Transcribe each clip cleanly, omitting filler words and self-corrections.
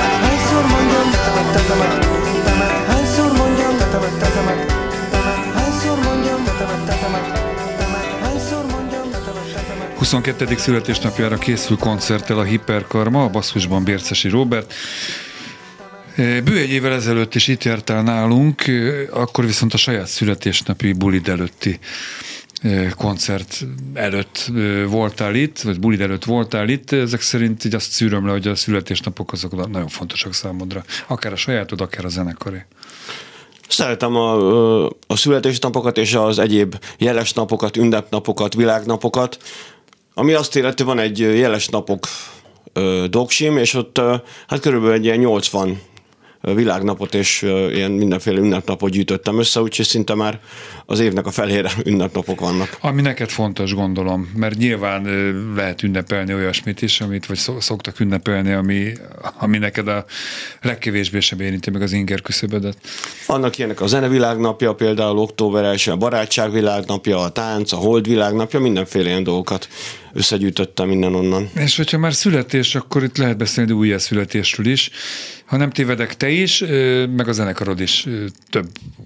hányszor mondjam, hányszor mondjam, hányszor mondjam, hányszor mondjam. 22. születésnapjára készül koncerttel a Hiperkarma, a basszusban Bércesi Róbert. Bő egy évvel ezelőtt is itt jártál nálunk, akkor viszont a saját születésnapi bulid előtti koncert előtt voltál itt, vagy bulid előtt voltál itt. Ezek szerint így azt szűröm le, hogy a születésnapok azok nagyon fontosak számodra. Akár a sajátod, akár a zenekaré. Szeretem a születésnapokat és az egyéb jeles napokat, ünnepnapokat, világnapokat. Ami azt illeti, van egy jeles napok doksim, és ott hát körülbelül egy ilyen 80 világnapot és ilyen mindenféle ünnepnapot gyűjtöttem össze, úgyhogy szinte már az évnek a felére ünnepnapok vannak. Ami neked fontos, gondolom, mert nyilván lehet ünnepelni olyasmit is, amit vagy szoktak ünnepelni, ami neked a legkevésbé sem érinti meg az inger küszöbödet. Vannak ilyenek a zenevilágnapja, például október 1, a barátságvilágnapja, a tánc, a holdvilágnapja, mindenféle ilyen dolgokat összegyűjtöttem innen-onnan. És hogyha már születés, akkor itt lehet beszélni újjászületésről is. Ha nem tévedek, te is, meg a zenekarod is több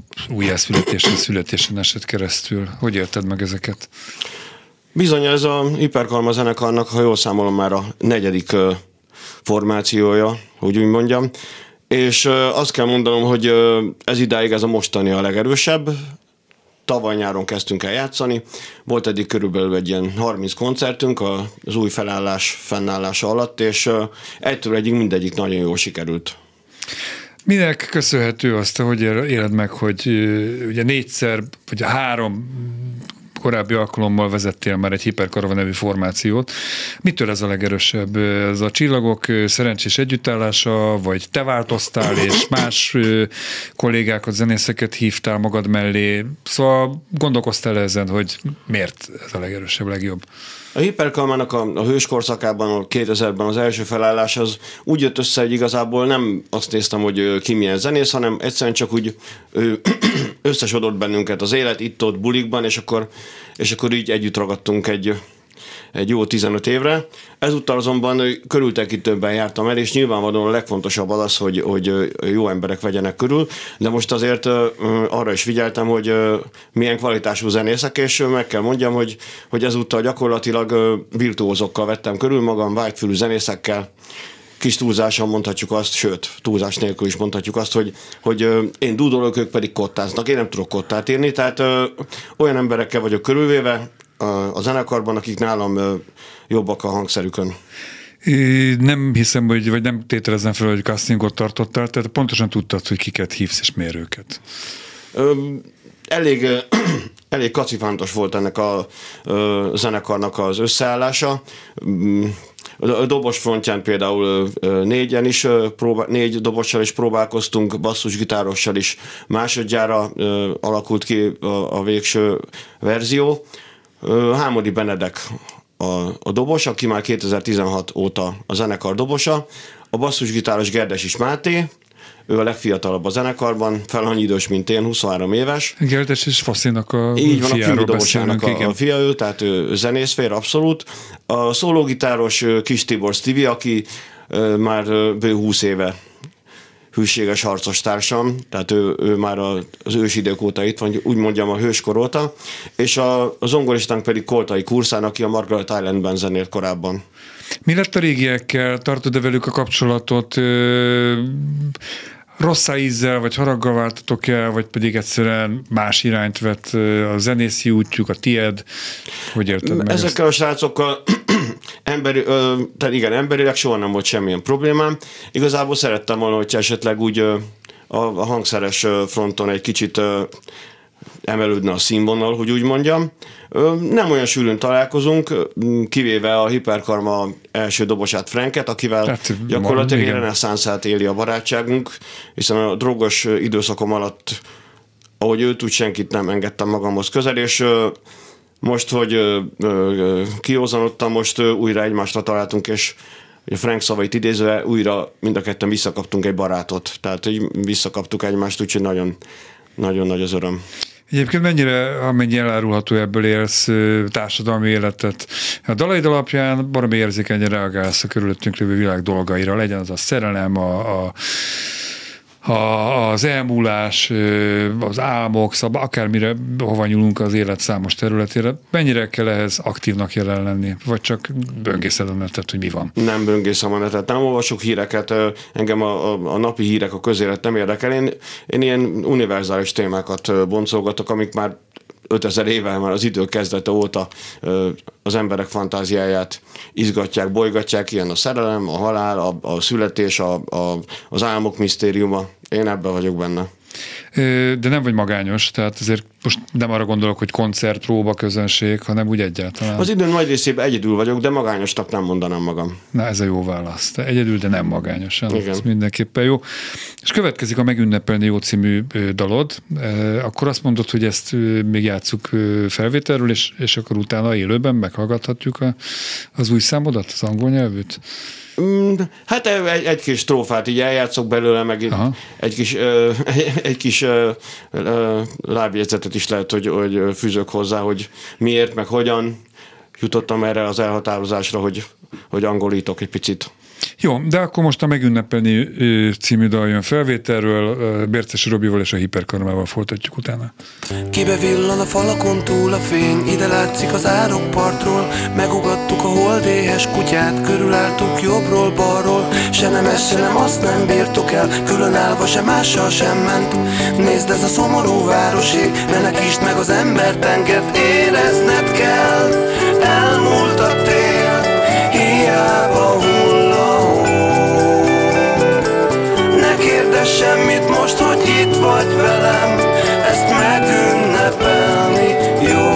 születésen esett keresztül. Hogy élted meg ezeket? Bizony, ez a Hiperkarma zenekarnak, ha jól számolom, már a 4. formációja, hogy úgy mondjam. És azt kell mondanom, hogy ez idáig ez a mostani a legerősebb. Tavaly nyáron kezdtünk el játszani. Volt eddig körülbelül egy ilyen 30 koncertünk az új felállás fennállása alatt, és egytől egyig mindegyik nagyon jól sikerült. Minek köszönhető azt, hogy éled meg, hogy ugye 4-szer, vagy 3 korábbi alkalommal vezettél már egy Hiperkarma nevű formációt. Mitől ez a legerősebb? Ez a csillagok szerencsés együttállása, vagy te változtál, és más kollégákat, zenészeket hívtál magad mellé? Szóval gondolkoztál ezen, hogy miért ez a legerősebb, legjobb? A Hiperkarmának a hőskorszakában, a 2000-ben az első felállás az úgy jött össze, hogy igazából nem azt néztem, hogy ki milyen zenész, hanem egyszerűen csak úgy összesodott bennünket az élet itt-ott bulikban, és akkor így együtt ragadtunk egy jó 15 évre. Ezúttal azonban körültekintőbben jártam el, és nyilvánvalóan a legfontosabb az, hogy jó emberek vegyenek körül, de most azért arra is figyeltem, hogy milyen kvalitású zenészek, és meg kell mondjam, hogy ezúttal gyakorlatilag virtuózokkal vettem körül magam, vágyfülű zenészekkel, kis túlzáson mondhatjuk azt, sőt, túlzás nélkül is mondhatjuk azt, hogy én dúdolok, ők pedig kottáznak. Én nem tudok kottát írni, tehát olyan emberekkel vagyok körülvéve a zenekarban, akik nálam jobbak a hangszerükön. Nem hiszem, vagy nem tételezem fel, hogy castingot tartottál, tehát pontosan tudtad, hogy kiket hívsz és miért őket. Elég kacifántos volt ennek a zenekarnak az összeállása. A dobos frontján például 4 dobossal is próbálkoztunk, basszusgitárossal is másodjára alakult ki a végső verzió. Hámodi Benedek a dobos, aki már 2016 óta a zenekar dobosa, a basszusgitáros Gerdes Máté, ő a legfiatalabb a zenekarban, fel annyi idős, mint én, 23 éves. Gerdes és Faszinak a így van, fiáról a dobosának beszélünk, a fia ő, tehát ő zenészfér, abszolút. A szólógitáros Kis Tibor Stevie, aki már bő 20 éve hűséges harcos társam, tehát ő már az ősidők óta itt van, úgy mondjam a hőskor óta, és a zongoristánk pedig Koltai Kurszán, aki a Margaret Islandben zenélt korábban. Mi lett a régiekkel? Tartod-e velük a kapcsolatot? Rossz ízzel, vagy haraggal váltatok el, vagy pedig egyszerűen más irányt vett a zenészi útjuk, a tied? Hogy érted meg ezekkel ezt? A srácokkal emberileg soha nem volt semmilyen problémám. Igazából szerettem volna, hogy esetleg úgy a hangszeres fronton egy kicsit emelődne a színvonal, hogy úgy mondjam. Nem olyan sűrűn találkozunk, kivéve a Hiperkarma első dobosát, Franket, akivel gyakorlatilag reneszánszát éli a barátságunk, hiszen a drogos időszakom alatt, ahogy őt, úgy senkit nem engedtem magamhoz közel, és most, hogy kiózanodtam, most újra egymásra találtunk, és a Frank szavait idézve újra mind a ketten visszakaptunk egy barátot. Tehát, hogy visszakaptuk egymást, úgyhogy nagyon, nagyon nagy az öröm. Egyébként amennyi elárulható ebből élsz társadalmi életet. A dalaid alapján baromi érzékenyen reagálsz a körülöttünk lévő világ dolgaira, legyen az a szerelem, az elmúlás, az álmok, akármire, hova nyúlunk az élet számos területére. Mennyire kell ehhez aktívnak jelen lenni? Vagy csak böngészed a netet, hogy mi van? Nem böngészem a netet, nem olvasok híreket, engem a napi hírek, a közélet nem érdekel. Én ilyen univerzális témákat boncolgatok, amik már 5000 éve, már az idő kezdete óta az emberek fantáziáját izgatják, bolygatják, ilyen a szerelem, a halál, a születés, az álmok misztériuma. Én ebben vagyok benne. De nem vagy magányos, tehát azért most nem arra gondolok, hogy koncert, próba, közönség, hanem úgy egyáltalán. Az időn nagy részében egyedül vagyok, de magányosnak nem mondanám magam. Na, ez a jó válasz. Te egyedül, de nem magányosan. Igen. Ez mindenképpen jó. És következik a Megünnepelni jó című dalod. Akkor azt mondod, hogy ezt még játsszuk felvételről, és akkor utána élőben meghallgathatjuk az új számodat, az angol nyelvűt? Hát egy kis strófát így eljátszok belőle, meg egy kis lábjegyzetet is lehet, hogy fűzök hozzá, hogy miért, meg hogyan jutottam erre az elhatározásra, hogy angolítok egy picit. Jó, de akkor most a Megünnepelni című dal jön felvételről, Bércesi Robival és a Hiperkarmával folytatjuk utána. Kibe villan a falakon túl a fény, ide látszik az árokpartról. Megugattuk a holdéhes kutyát, körülálltuk jobbról-balról. Se nem ezt, se nem azt nem bírtuk el, különállva se mással sem ment. Nézd, ez a szomorú városég, menekítsd meg az embertengert, érezned kell. Elmúlt a tél, hiába hull a hó. Ne kérdezz semmit most, hogy itt vagy velem, ezt megünnepelni jó.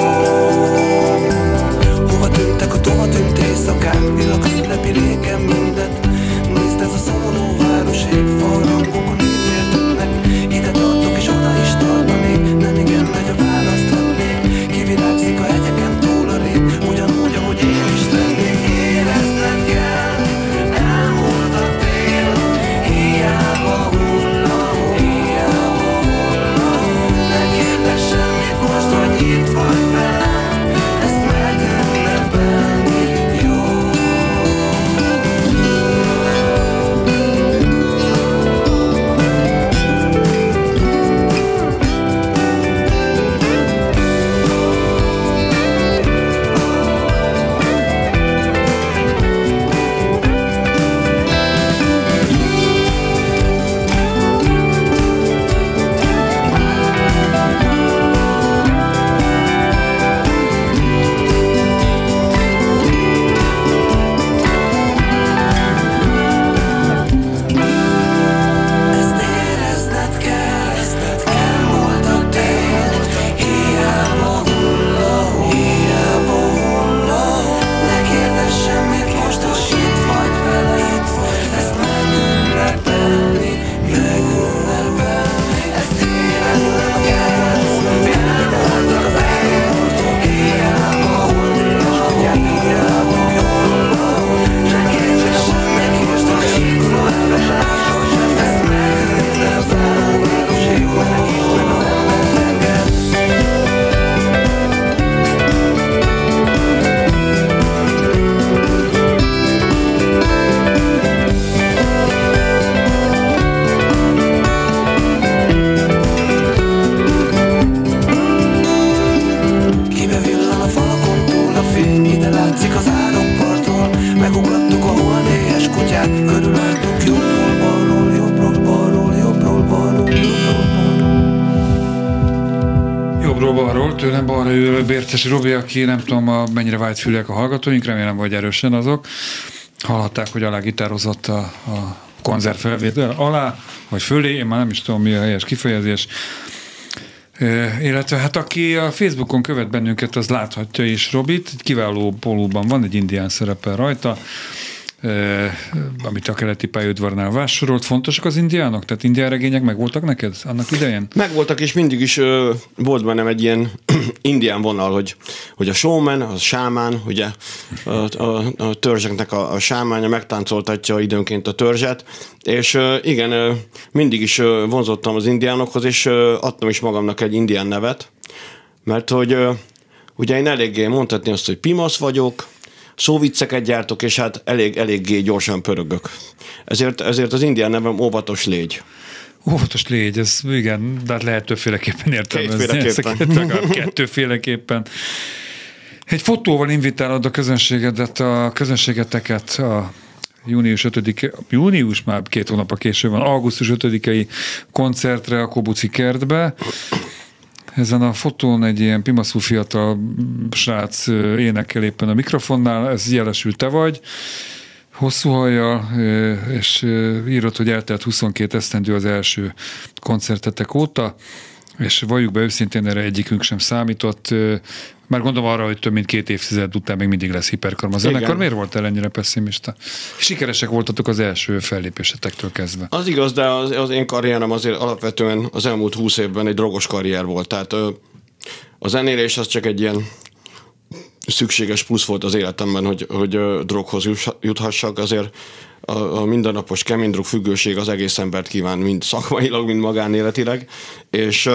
Hova tűntek a tova tűnt éjszakák, villak ünnepi régen mindet. Nézd, ez a szomorú városég, falrangokon így féltetnek. Ide tartok és oda is tartanék, nem igen megy a választhatnék. Kivirágzik a hegyeken túl a rég, ugyanúgy, ahogy én is tennék. Érezned kell, elmúlt a tél, hiába hull a hó, hiába hull a hó. Ne kérdezz semmit most, hogy itt vagy velem, ezt megünnepelni jó. Ezt érezned kell, elmúlt a tél, hiába hull a hó, hiába hull a hó. Ne kérdezz semmit most, hogy itt vagy velem, ezt megünnepelni, megünnepelni. Ezt érezned kell, elmúlt a tél, hiába hull a hó, hiába hull a hó. Ne kérdezz semmit most, hogy itt vagy velem, ezt megünnepelni, Kibe villan a falakon túl a fény, ide látszik az árokpartról. Megugattuk a holdéhes kutyát, körülálltuk jobbról-balról, jobbról-balról, jobbról-balról, jobbról-balról. Jobbról-balról, tőlem balra ül Bércesi Robi, aki nem tudom, mennyire vált fülek a hallgatóink, remélem, hogy erősen azok. Hallhatták, hogy alágitározott a koncertfelvétel alá, vagy fölé, én már nem is tudom, mi a helyes kifejezés. Illetve hát aki a Facebookon követ bennünket, az láthatja is Robit, egy kiváló pólóban van, egy indián szerepel rajta, amit a keleti pályaudvarnál vásárolott. Fontosak az indiánok? Tehát indián regények megvoltak neked annak idején? Megvoltak, és mindig is volt bennem egy ilyen indián vonal, hogy a showman, a sámán, ugye a törzseknek a sámánja megtáncoltatja időnként a törzset, és igen, mindig is vonzottam az indiánokhoz, és adtam is magamnak egy indián nevet, mert hogy ugye én eléggé mondhatni azt, hogy pimasz vagyok, szóvicceket gyártok, és hát eléggé gyorsan pörögök. Ezért az indián nevem óvatos légy. Óvatos légy, ez igen, de hát lehet többféleképpen értelmezni. Kettőféleképpen. Egy fotóval invitálod a közönségeteket a június már 2 hónap később van, augusztus 5-i koncertre a Kobuci kertbe. Ezen a fotón egy ilyen pimaszú fiatal srác énekel éppen a mikrofonnál, ez jelesül te vagy. hosszú hajjal, és írott, hogy eltelt 22 esztendő az első koncertetek óta, és valljuk be őszintén, erre egyikünk sem számított. Már gondolom arra, hogy több mint 2 évtized után még mindig lesz Hiperkarma zenekar. Miért voltál ennyire pessimista? Sikeresek voltatok az első fellépésetektől kezdve. Az igaz, de az én karrierem azért alapvetően az elmúlt 20 évben egy drogos karrier volt. Tehát a zenélés az csak egy ilyen szükséges plusz volt az életemben, hogy droghoz juthassak. Azért a mindennapos kemény drog függőség az egész embert kíván, mind szakmailag, mind magánéletileg. És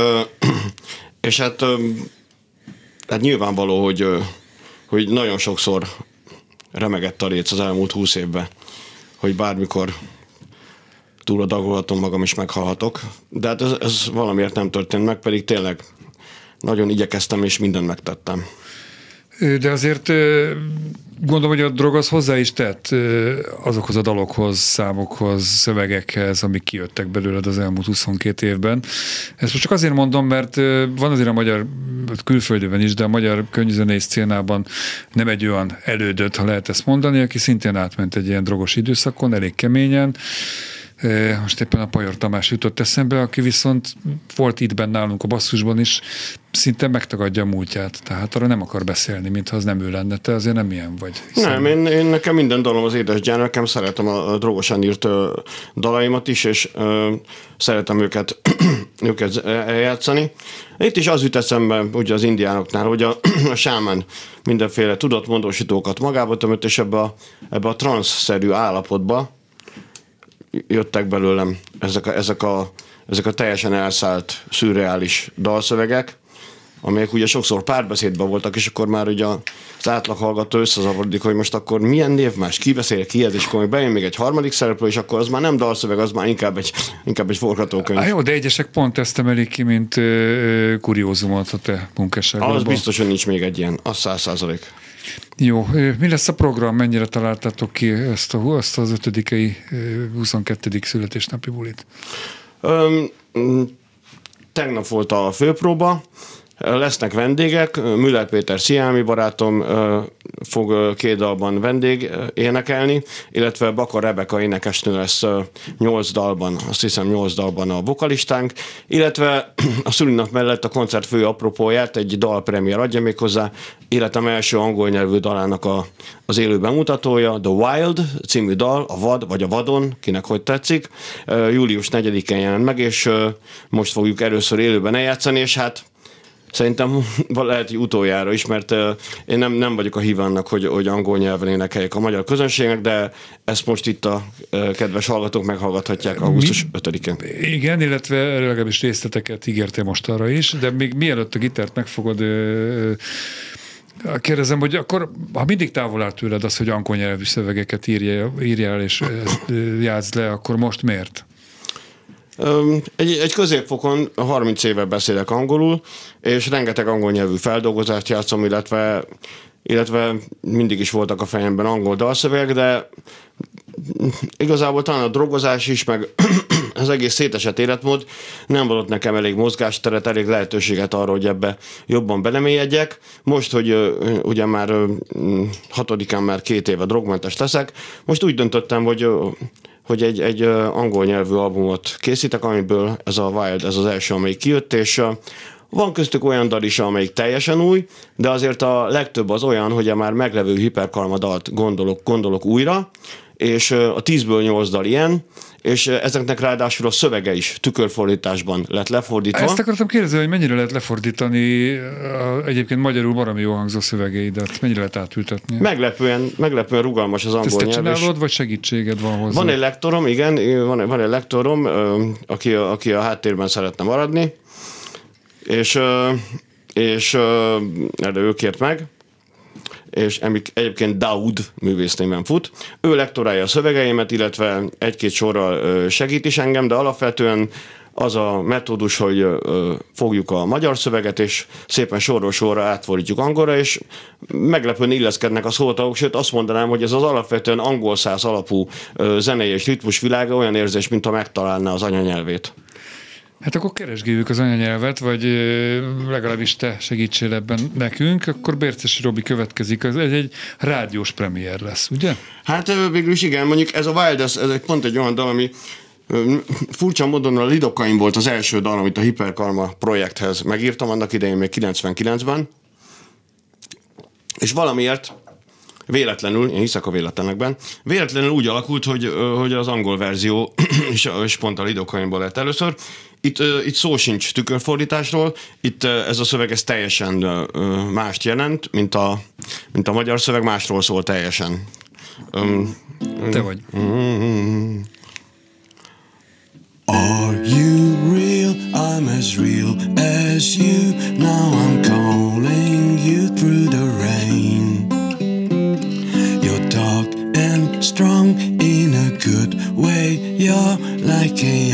hát nyilvánvaló, hogy nagyon sokszor remegett a léc az elmúlt 20 évben, hogy bármikor túladagolhatom magam és meghalhatok. De hát ez valamiért nem történt meg, pedig tényleg nagyon igyekeztem és mindent megtettem. De azért gondolom, hogy a drog az hozzá is tett azokhoz a dalokhoz, számokhoz, szövegekhez, amik kijöttek belőled az elmúlt 22 évben. Ezt most csak azért mondom, mert van azért a magyar, külföldön is, de a magyar könyvzenei szcénában nem egy olyan elődöt, ha lehet ezt mondani, aki szintén átment egy ilyen drogos időszakon, elég keményen. Most éppen a Pajor Tamás jutott eszembe, aki viszont volt itt benne nálunk a basszusban is, szinte megtagadja a múltját, tehát arra nem akar beszélni, mintha az nem ő lenne. Te azért nem ilyen vagy. Nem, én nekem minden dalom az édes gyermekem, szeretem a drogosan írt dalaimat is, és szeretem őket eljátszani. Itt is az jut eszembe, ugye az indiánoknál, hogy a sámán mindenféle tudatmódosítókat magába tömött, és ebbe a transz-szerű állapotba jöttek belőlem ezek a teljesen elszállt, szürreális dalszövegek, amelyek ugye sokszor párbeszédben voltak, és akkor már ugye az átlaghallgató összezavarodik, hogy most akkor milyen névmás, ki beszél, ki ez, és akkor bejön még egy harmadik szereplő, és akkor az már nem dalszöveg, az már inkább egy forgatókönyv. Jó, de egyesek pont ezt emelik ki, mint kuriózumot a te munkásságodban. Az biztos, hogy nincs még egy ilyen, az 100%. Jó, mi lesz a program? Mennyire találtátok ki ezt az 5. 22. születésnapi bulit? Tegnap volt a főpróba, lesznek vendégek, Müller Péter Sziámi barátom fog 2 dalban vendég énekelni, illetve Baka Rebeka énekesnő lesz 8 dalban, azt hiszem 8 dalban a vokalistánk, illetve a szülinap mellett a koncert fő apropóját egy dalpremiér adja méghozzá, életem első angol nyelvű dalának az élő bemutatója, The Wild című dal, a vad vagy a vadon, kinek hogy tetszik, július 4-én jelent meg, és most fogjuk először élőben eljátszani, és hát szerintem lehet, hogy utoljára is, mert én nem vagyok a híve annak, hogy angol nyelven énekeljek a magyar közönségnek, de ezt most itt a kedves hallgatók meghallgathatják augusztus 5-én. Igen, illetve legalábbis részleteket ígértél most arra is, de még mielőtt a gitárt meg fogod kérdezem, hogy akkor, ha mindig távol áll tőled az, hogy angol nyelvű szövegeket írjál és játszd le, akkor most miért? Egy középfokon 30 éve beszélek angolul, és rengeteg angol nyelvű feldolgozást játszom, illetve mindig is voltak a fejemben angol dalszövegek, de igazából talán a drogozás is, meg az egész szétesett életmód nem volt nekem elég mozgásteret, elég lehetőséget arra, hogy ebbe jobban belemélyedjek. Most, hogy ugye már 6-án már 2 éve drogmentes leszek, most úgy döntöttem, hogy egy angol nyelvű albumot készítek, amiből ez a Wild, ez az első, amelyik kijött, és van köztük olyan dal is, amelyik teljesen új, de azért a legtöbb az olyan, hogy a már meglevő Hiperkarma dalt gondolok újra, és a 10-ből 8 dal ilyen, és ezeknek ráadásul a szövege is tükörfordításban lett lefordítva. Ezt akartam kérdezni, hogy mennyire lehet lefordítani egyébként magyarul baromi jó hangzó szövegeidet, mennyire lehet átültetni? Meglepően rugalmas az angol nyelv. Ezt te csinálod, vagy segítséged van hozzá? Van egy lektorom, igen, van egy lektorom, aki a háttérben szeretne maradni, és erre ő kért meg, és egyébként Daud művésznéven fut. Ő lektorálja a szövegeimet, illetve 1-2 sorral segít is engem, de alapvetően az a metódus, hogy fogjuk a magyar szöveget, és szépen sorról sorra átfordítjuk angolra, és meglepően illeszkednek a szótagok, sőt azt mondanám, hogy ez az alapvetően angol száz alapú zenei és ritmus világa olyan érzés, mintha megtalálná az anyanyelvét. Hát akkor keresgéljük az anyanyelvet, vagy legalábbis te segítsél ebben nekünk, akkor Bércesi Robi következik, ez egy rádiós premier lesz, ugye? Hát végül is igen, mondjuk ez a Wild, ez egy pont egy olyan dal, ami furcsa módon a Lidocain volt az első dal, amit a Hiperkarma projekthez megírtam, annak idején még 99-ben, és valamiért véletlenül, én hiszek a véletlenekben, véletlenül úgy alakult, hogy az angol verzió, és pont a Lidocainból lett először. Itt szó sincs tükörfordításról, itt ez a szöveg ez teljesen mást jelent, mint a magyar szöveg, másról szól teljesen. Te vagy. Are you real? I'm as real as you. Now I'm calling you through the rain. You're dark and strong in a good way. You're like a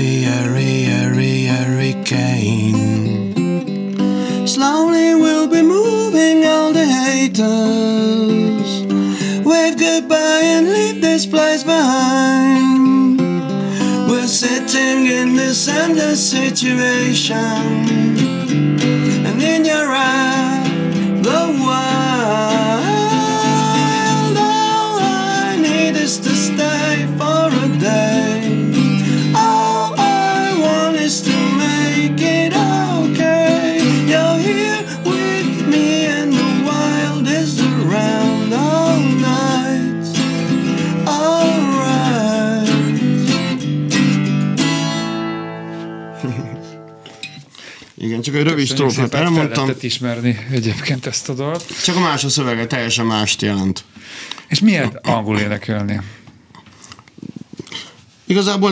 hurricane. Slowly we'll be moving all the haters. Wave goodbye and leave this place behind. We're sitting in this endless situation, and in your eye, the wild. All I need is to stay for a day. All I want is to make it okay. You're here with me, and the wild is around all night. All right. Igen, csak egy rövid strófát elmondtam. Fel lehetett ismerni egyébként ezt a dalt. Csak a más a szövege, teljesen mást jelent. És milyen angol énekelni? Igazából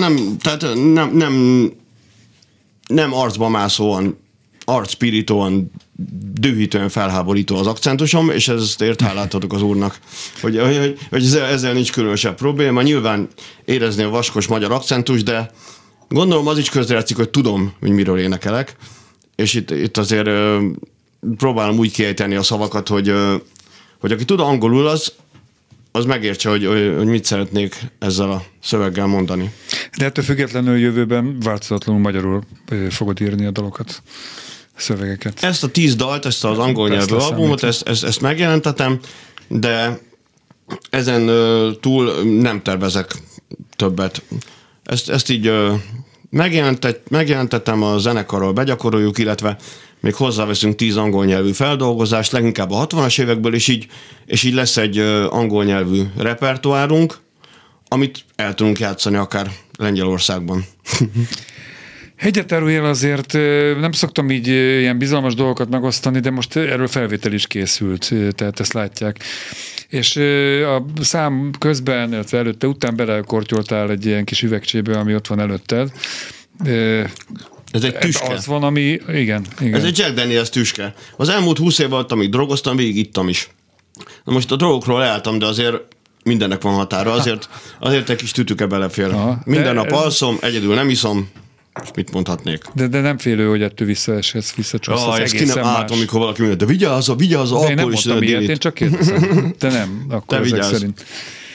nem arcba mászóan, arcpirítóan, dühítően felháborító az akcentusom, és ezért hálát adok az úrnak, hogy ezzel nincs különösebb probléma. Nyilván érezni a vaskos magyar akcentus, de gondolom az is közrejátszik, hogy tudom, hogy miről énekelek, és itt azért próbálom úgy kiejteni a szavakat, hogy aki tud angolul, az megértse, hogy mit szeretnék ezzel a szöveggel mondani. De ettől függetlenül jövőben változatlanul magyarul fogod írni a dalokat, a szövegeket. Ezt a 10 dalt, ezt az angol nyelvű albumot, ezt megjelentetem, de ezen túl nem tervezek többet. Ezt így megjelentettem, a zenekarral begyakoroljuk, illetve még hozzáveszünk 10 angol nyelvű feldolgozást, leginkább a 60-as évekből, és így lesz egy angol nyelvű repertoárunk, amit el tudunk játszani akár Lengyelországban. Hegyetárójel azért nem szoktam így ilyen bizalmas dolgokat megosztani, de most erről felvétel is készült, tehát ezt látják. És a szám közben, előtte, után belekortyoltál egy ilyen kis üvegcsébe, ami ott van előtted. Ez egy tüske. Az van, ami... Igen. Ez egy Jack Daniels tüske. Az elmúlt 20 év alatt, amíg drogoztam, végig ittam is. Na most a drogokról leálltam, de azért mindennek van határa, azért egy kis tütüke belefér. Aha, minden nap alszom, egyedül nem iszom, és mit mondhatnék? De nem félő, hogy ettől visszacsúsz az egészen más. Át, amikor valaki mondja, de vigyázz, akkor én nem is. Mondtam ilyet, én csak kérdezem. Te nem, akkor te ezek vigyázz. szerint.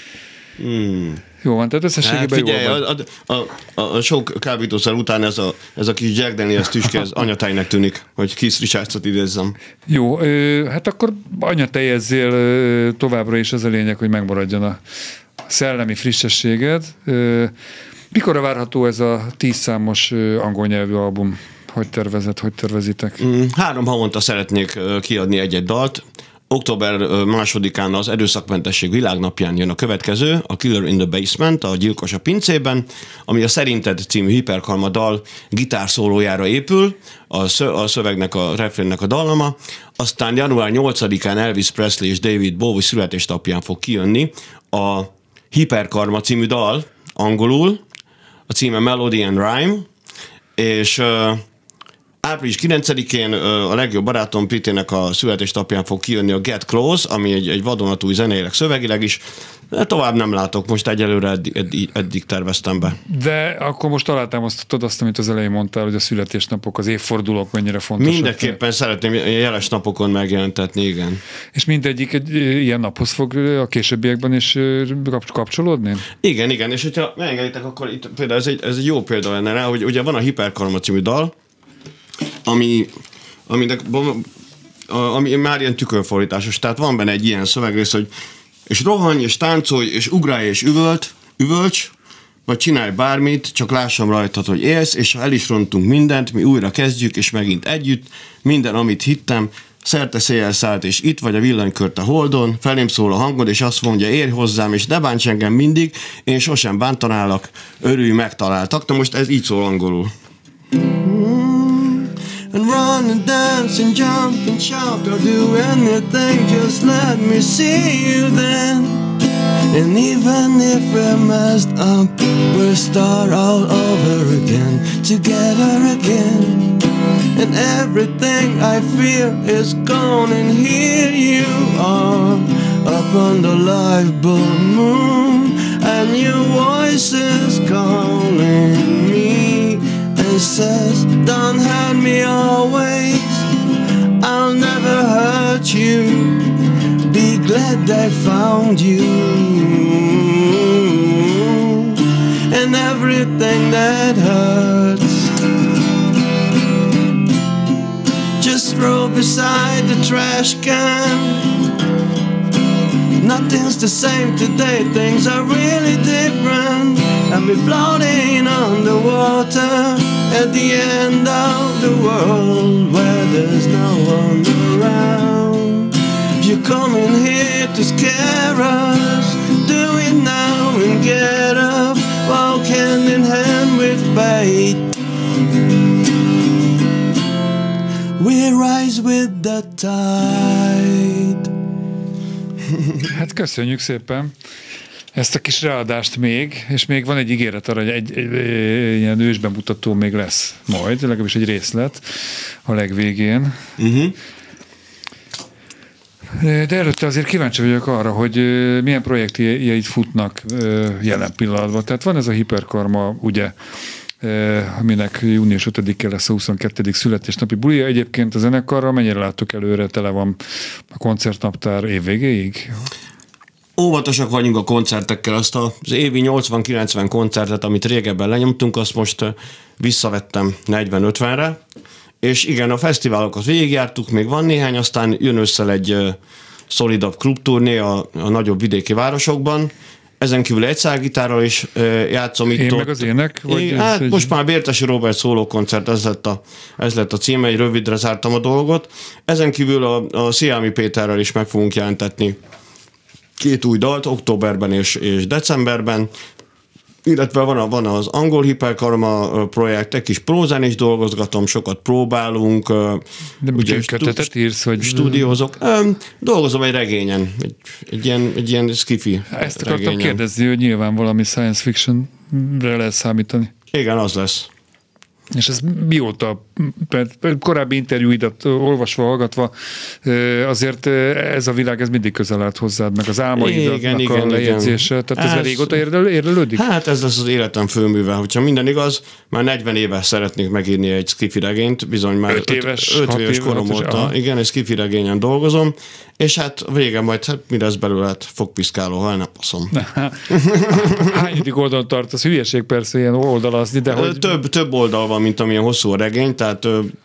Jó van, tehát összességében figyelj, jól van. A sok kábítószer után ez a kis Jack Daniels tüske, ez anyatájnak tűnik, hogy Keith Richardsot idézzem. Jó, hát akkor anyatejezzél továbbra is, az a lényeg, hogy megmaradjon a szellemi frissességed. Mikorra várható ez a 10 számos angol nyelvű album? Hogy tervezitek? 3 havonta szeretnék kiadni egy-egy dalt. Október 2-án az Erőszakmentesség világnapján jön a következő, a Killer in the Basement, a Gyilkos a pincében, ami a Szerinted című Hiperkarma dal gitárszólójára épül, a szövegnek, a refrénnek a dallama. Aztán január 8-án Elvis Presley és David Bowie születésnapján fog kijönni a Hiperkarma című dal, angolul, a címe Melody and Rhyme, és április 9-én a legjobb barátom Pitének a születésnapján fog kijönni a Get Close, ami egy vadonatúj zeneileg, szövegileg is, De tovább nem látok, most egyelőre eddig terveztem be. De akkor most alátámasztottad azt, amit az elején mondtál, hogy a születésnapok, az évfordulók mennyire fontosak. Mindenképpen szeretném jeles napokon megjelentetni, igen. És mindegyik egy ilyen naphoz fog a későbbiekben is kapcsolódni? Igen, és hogyha megengeditek, akkor itt például ez egy jó példa lenne rá, hogy ugye van a Hiperkarma című dal, ami már ilyen tükörfordításos, tehát van benne egy ilyen szövegrész, hogy és rohanj, és táncolj, és ugrálj, és üvölts, vagy csinálj bármit, csak lássam rajtad, hogy élsz, és ha el is rontunk mindent, mi újra kezdjük, és megint együtt, minden, amit hittem, szerte széjjel szállt, és itt vagy a villanykört a holdon, felém szól a hangod, és azt mondja, érj hozzám, és ne bánts engem mindig, én sosem bántanálak, örülj, megtaláltak. Na most ez így szól angolul. And run and dance and jump and shout or do anything, just let me see you then. And even if we're messed up, we'll start all over again, together again. And everything I fear is gone, and here you are, up on the lifeboat moon, and your voice is calling me and says, don't hurt me always, I'll never hurt you, be glad I found you. And everything that hurts, just throw beside the trash can. Nothing's the same today, things are really different. And we're floating on the water at the end of the world where there's no one around. You're coming here to scare us, do it now and get up, walk hand in hand with fate. We rise with the tide. Hát köszönjük szépen ezt a kis ráadást még, és még van egy ígéret arra, hogy egy ilyen ősbemutató még lesz majd, legalábbis egy részlet a legvégén. De előtte azért kíváncsi vagyok arra, hogy milyen projektjeid futnak jelen pillanatban. Tehát van ez a Hiperkarma, ugye, aminek június 5-én lesz a 22. születésnapi bulia. Egyébként a zenekarral mennyire láttok előre, tele van a koncertnaptár évvégéig? Óvatosak vagyunk a koncertekkel, azt az évi 80-90 koncertet, amit régebben lenyomtunk, azt most visszavettem 40-50-re, és igen, a fesztiválokat végigjártuk, még van néhány, aztán jön össze egy szolidabb klubturné a nagyobb vidéki városokban. Ezen kívül egy szálgitárral is játszom itt. Én meg az ének? Hát most már Bércesi Róbert szólókoncert, ez lett a címe, egy rövidre zártam a dolgot. Ezen kívül a Sziámi Péterrel is meg fogunk jelentetni 2 új dalt, októberben és decemberben, illetve van az angol Hiperkarma projekt, egy kis prózán is dolgozgatom, sokat próbálunk. De ugye kötetet írsz, hogy... Stúdiózok. Dolgozom egy regényen, egy ilyen skifi Ezt akartam kérdezni, hogy nyilván valami science fictionre lehet számítani. Igen, az lesz. És ez mióta, korábbi interjúidat olvasva, hallgatva, azért ez a világ, ez mindig közel állt hozzád, meg az álmaidatnak a lejegyzése. Tehát ez régóta érlelődik? Hát ez lesz az életem főműve. Hogyha minden igaz, már 40 éve szeretnék megírni egy skifi regényt, bizony már 5 éves korom óta. Igen, egy skifi regényen dolgozom, és hát végén majd mi lesz belőle, hát fogpiszkáló, ha nem passzom. Hányadik oldalon tartasz? Hülyeség persze ilyen oldalazni, de hogy... Több oldal van, mint amilyen hosszú a regény, tehát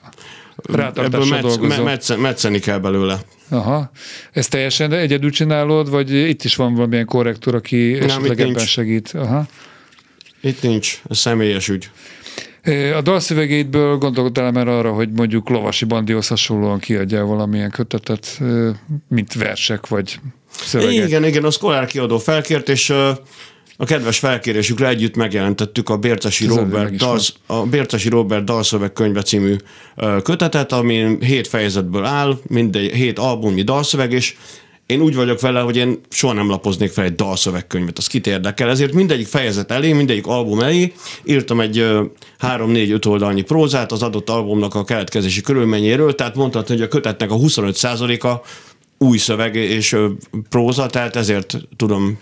ebből metszeni kell belőle. Aha. Ezt teljesen egyedül csinálod, vagy itt is van valamilyen korrektor, aki esetleg ebben segít? Aha. Itt nincs, ez személyes ügy. A dalszövegeidből gondolkodtál már arra, hogy mondjuk Lovasi Bandihoz hasonlóan kiadjál valamilyen kötetet, mint versek vagy szövegek? Igen, az Kolár kiadó felkért, és a kedves felkérésükre együtt megjelentettük a Bércesi Róbert dalszövegkönyve című kötetet, ami 7 fejezetből áll, mindegy 7 albumi dalszöveg, és én úgy vagyok vele, hogy én soha nem lapoznék fel egy dalszövegkönyvet, az kit érdekel, ezért mindegyik fejezet elé, mindegyik album elé írtam egy 3-4-5 oldalnyi prózát az adott albumnak a keletkezési körülményéről, tehát mondhatni, hogy a kötetnek a 25%-a új szöveg és próza, tehát ezért tudom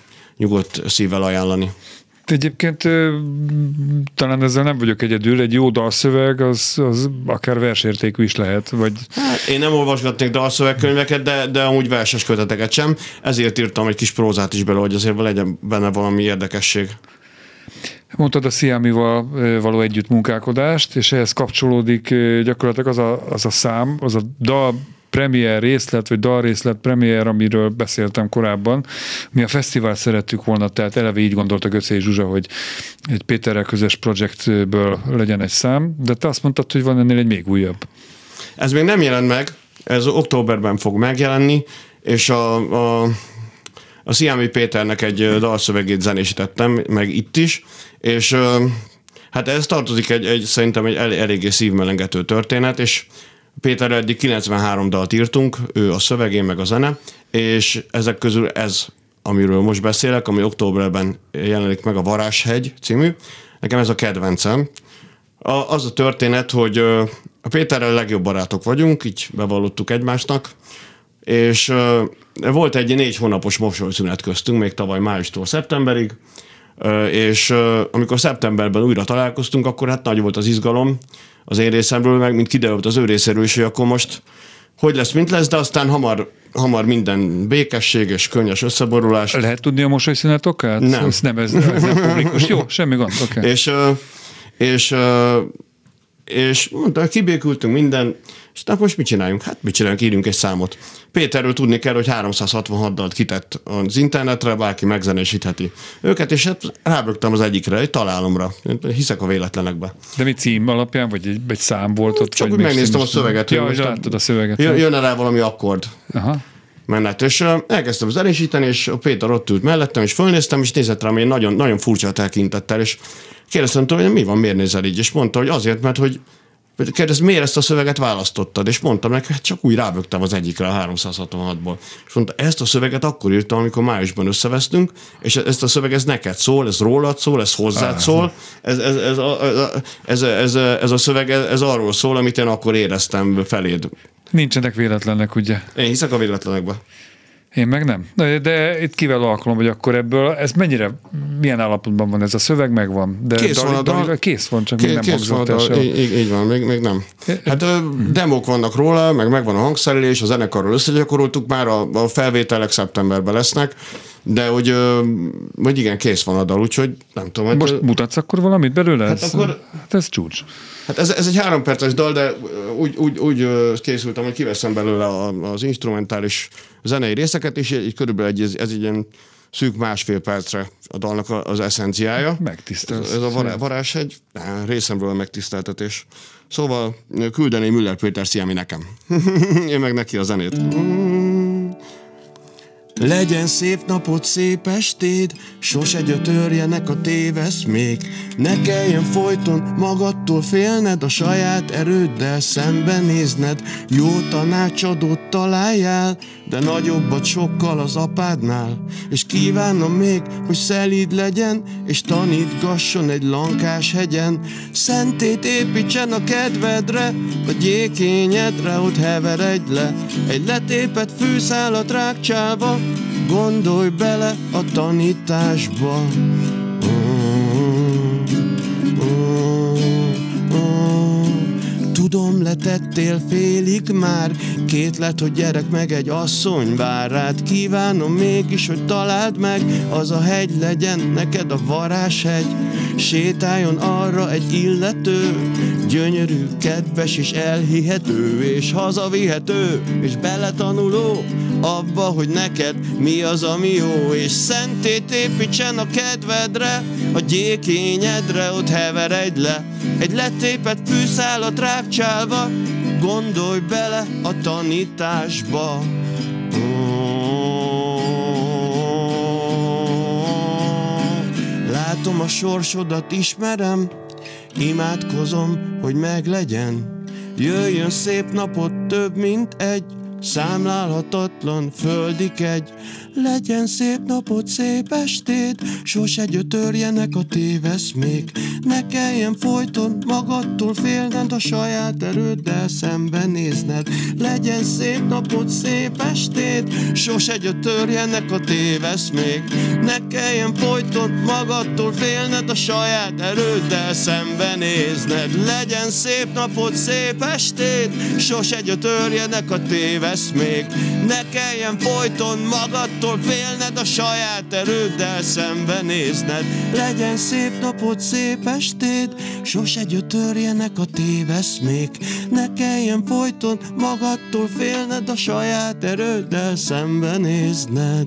nyugodt szívvel ajánlani. Egyébként talán ezzel nem vagyok egyedül, egy jó dalszöveg az akár versértékű is lehet, vagy... Hát, én nem olvasgatnék dalszövegkönyveket, de amúgy verses köteteket sem, ezért írtam egy kis prózát is bele, hogy azért legyen benne valami érdekesség. Mondtad a Sziámival való együttmunkálkodást, és ehhez kapcsolódik gyakorlatilag az a szám, az a dal premier részlet, vagy dalrészlet premier, amiről beszéltem korábban. Mi a fesztivált szerettük volna, tehát eleve így gondolta Göcei Zsuzsa, hogy egy Péterrel közös projektből legyen egy szám, de te azt mondtad, hogy van ennél egy még újabb. Ez még nem jelent meg, ez októberben fog megjelenni, és a Sziámi Péternek egy dalszövegét zenésítettem, meg itt is, és hát ez tartozik szerintem egy eléggé szívmelengető történet, és Péterrel eddig 93 dalt írtunk, ő a szövegén, meg a zene, és ezek közül ez, amiről most beszélek, ami októberben jelenik meg, a Varázshegy című, nekem ez a kedvencem. Az a történet, hogy a Péterrel legjobb barátok vagyunk, így bevallottuk egymásnak, és volt egy 4 hónapos mosolyszünet köztünk, még tavaly májustól szeptemberig, és amikor szeptemberben újra találkoztunk, akkor hát nagy volt az izgalom az én részemről, meg mint kiderült az ő részéről is, hogy akkor most hogy lesz, mint lesz, de aztán hamar minden békesség és könnyes összeborulás. Lehet tudni a mosolyszünet okát? Nem. Ez nem publikus. Jó, semmi gond. Okay. És mondta, kibékültünk minden, és hát most mit csináljunk? Hát mit csináljunk, írjunk egy számot. Péterről tudni kell, hogy 366 dalt kitett az internetre, bárki megzenésítheti őket, és hát rábögtem az egyikre, egy találomra. Hiszek a véletlenekbe. De mi cím alapján, vagy egy szám volt ott? Csak úgy megnéztem a szöveget. Ja, hogy láttad a szöveget. Jön rá valami akkord. Aha. Menet, és elkezdtem zenésíteni, és a Péter ott ült mellettem, és fölnéztem, és nézett rám egy nagyon, nagyon furcsa tekintettel, és kérdeztem tőle, hogy mi van, miért nézel így? És mondta, hogy azért, mert hogy kérdeztem, miért ezt a szöveget választottad? És mondtam neki, hát csak úgy rábögtem az egyikre a 366-ból. És mondta, ezt a szöveget akkor írtam, amikor májusban összevesztünk, és ezt a szöveg, ez neked szól, ez rólad szól, ez hozzád szól, ez a szöveg, ez arról szól, amit én akkor éreztem feléd. Nincsenek véletlenek, ugye? Én hiszek a véletlenekbe. Én meg nem. De itt kiváló alkalom, hogy akkor ebből, ez milyen állapotban van ez a szöveg, megvan. De kész van a dal. Kész van, csak még nem hangzott el se. Így van, még nem. Hát demók vannak róla, megvan a hangszerelés, a zenekarról összegyakoroltuk, már a felvételek szeptemberben lesznek, de hogy igen, kész van a dal, úgyhogy nem tudom. Hát, most mutatsz akkor valamit belőle? Hát ez csúcs. Hát ez egy 3 perces dal, de úgy készültem, hogy kiveszem belőle az instrumentális zenei részeket, és körülbelül ez egy ilyen szűk 1,5 percre a dalnak az eszenciája. Megtisztelsz. Ez a Varázshegy, részemről a megtiszteltetés. Szóval küldeném Müller Péter Sziámi nekem. Én meg neki a zenét. Legyen szép napod, szép estéd, sose gyötörjenek a téveszmék. Ne kelljen folyton magadtól félned, a saját erőddel szembenézned. Jó tanácsadót találjál, de nagyobbat sokkal az apádnál. És kívánom még, hogy szelíd legyen, és tanítgasson egy lankás hegyen. Szentét építsen a kedvedre, a gyékényedre, ott heveredj le. Egy letépett fűszálat rákcsálva, gondolj bele a tanításba. Tudom, letettél félig már, kétlet, hogy gyerek meg egy asszony vár rád. Kívánom mégis, hogy találd meg, az a hegy legyen neked a varázshegy. Sétáljon arra egy illető, gyönyörű, kedves és elhihető, és hazavihető, és beletanuló abba, hogy neked mi az, ami jó. És szentét építsen a kedvedre, a gyékényedre, ott heveredj le. Egy letépett fűszálat rákcsálva, gondolj bele a tanításba. Látom a sorsodat, ismerem, imádkozom, hogy meglegyen. Jöjjön szép napot, több mint egy, számlálhatatlan földi kegy. Legyen szép napot, szép estét, sose gyötörjenek a téveszmék. Ne kelljen folyton magadtól félned, a saját erőddel szembenézned. Legyen szép napot, szép estét, sose gyötörjenek a téveszmék. Ne kelljen folyton magadtól félned, a saját erőddel szembenézned. Legyen szép napot, szép estét, sose gyötörjenek a téveszmék. Ne kelljen folyton magadtól félned, a saját erőddel szembenézned. Legyen szép napot, szép estét, sose gyötörjenek a téveszmék. Ne kelljen folyton magadtól félned, a saját erőddel szembenézned.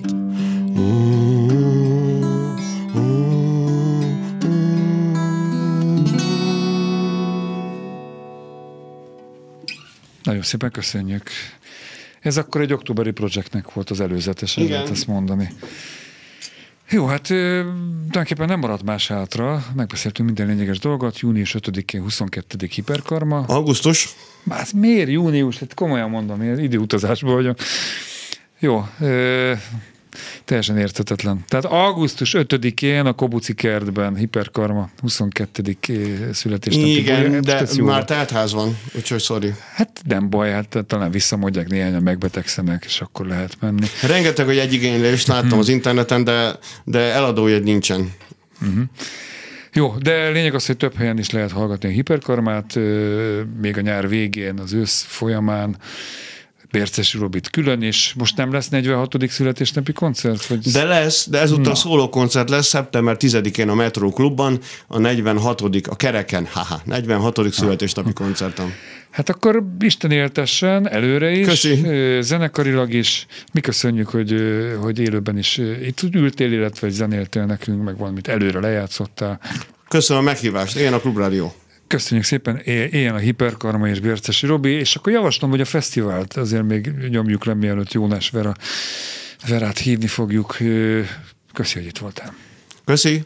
Nagyon szépen köszönjük. Ez akkor egy októberi projektnek volt az előzetesen, lehet ezt mondani. Jó, hát tulajdonképpen nem maradt más hátra, megbeszéltünk minden lényeges dolgot, június 5-én 22. hiperkarma. Augusztus? Hát miért június? Hát komolyan mondom, én időutazásban vagyok. Jó, teljesen érthetetlen. Tehát augusztus 5-én a Kobuci kertben, hiperkarma, 22. születésnapi. Igen, de már teltház van, úgyhogy sorry. Hát nem baj, hát talán visszamondják, néhányan megbetegszenek, és akkor lehet menni. Rengeteg, hogy egyigénylést láttam az interneten, de eladójegy nincsen. Jó, de lényeg az, hogy több helyen is lehet hallgatni a hiperkarmát, még a nyár végén, az ősz folyamán, Bércesi Robit külön, és most nem lesz 46. születésnapi koncert? Vagy... De lesz, de ezúttal szóló koncert lesz szeptember 10-én a Metro Klubban, a 46. a kereken, 46. születésnapi koncertem. Hát akkor Isten éltessen előre is, Köszi. Zenekarilag is. Mi köszönjük, hogy élőben is itt ültél, illetve zenéltél nekünk, meg valamit előre lejátszottál. Köszönöm a meghívást, én a Klubrádió. Köszönjük szépen, éljen a hiperkarma és Bércesi Robi, és akkor javaslom, hogy a fesztivált azért még nyomjuk le, mielőtt Jónás Verát hívni fogjuk. Köszi, hogy itt voltál. Köszi.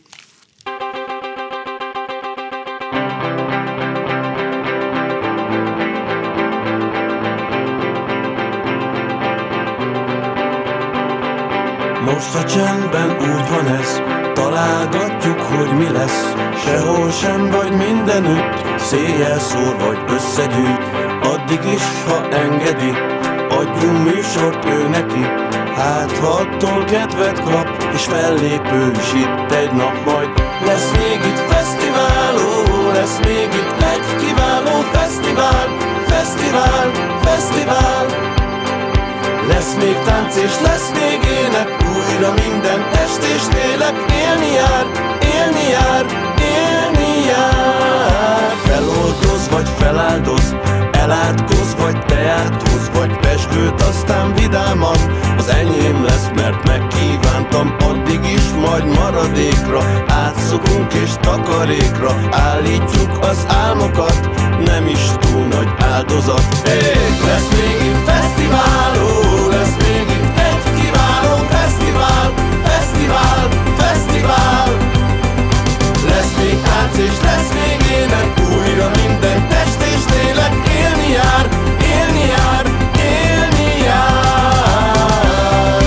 Most a csendben úgy van ez, találgatjuk, hogy mi lesz. Sehol sem vagy mindenütt, széjjel szól vagy összegyűjt. Addig is, ha engedi, adjunk műsort ő neki. Hát ha attól kedvet kap, és fellépő is itt egy nap majd. Lesz még itt fesztivál, lesz még itt egy kiváló fesztivál. Fesztivál, fesztivál. Lesz még tánc és lesz még ének, újra minden est és lélek. Élni jár, élni jár, élni jár. Feloldoz vagy feláldoz, elátkoz vagy teáthoz, vagy pezsgőt, aztán vidáman az enyém lesz, mert megkívántam. Addig is majd maradékra átszokunk és takarékra állítjuk az álmokat, nem is túl nagy áldozat. Lesz még itt fesztivál, lesz még itt egy kiváló fesztivál. Fesztivál, fesztivál. Lesz még tánc és lesz még ének, újra minden test és lélek. Élni jár, élni jár, élni jár.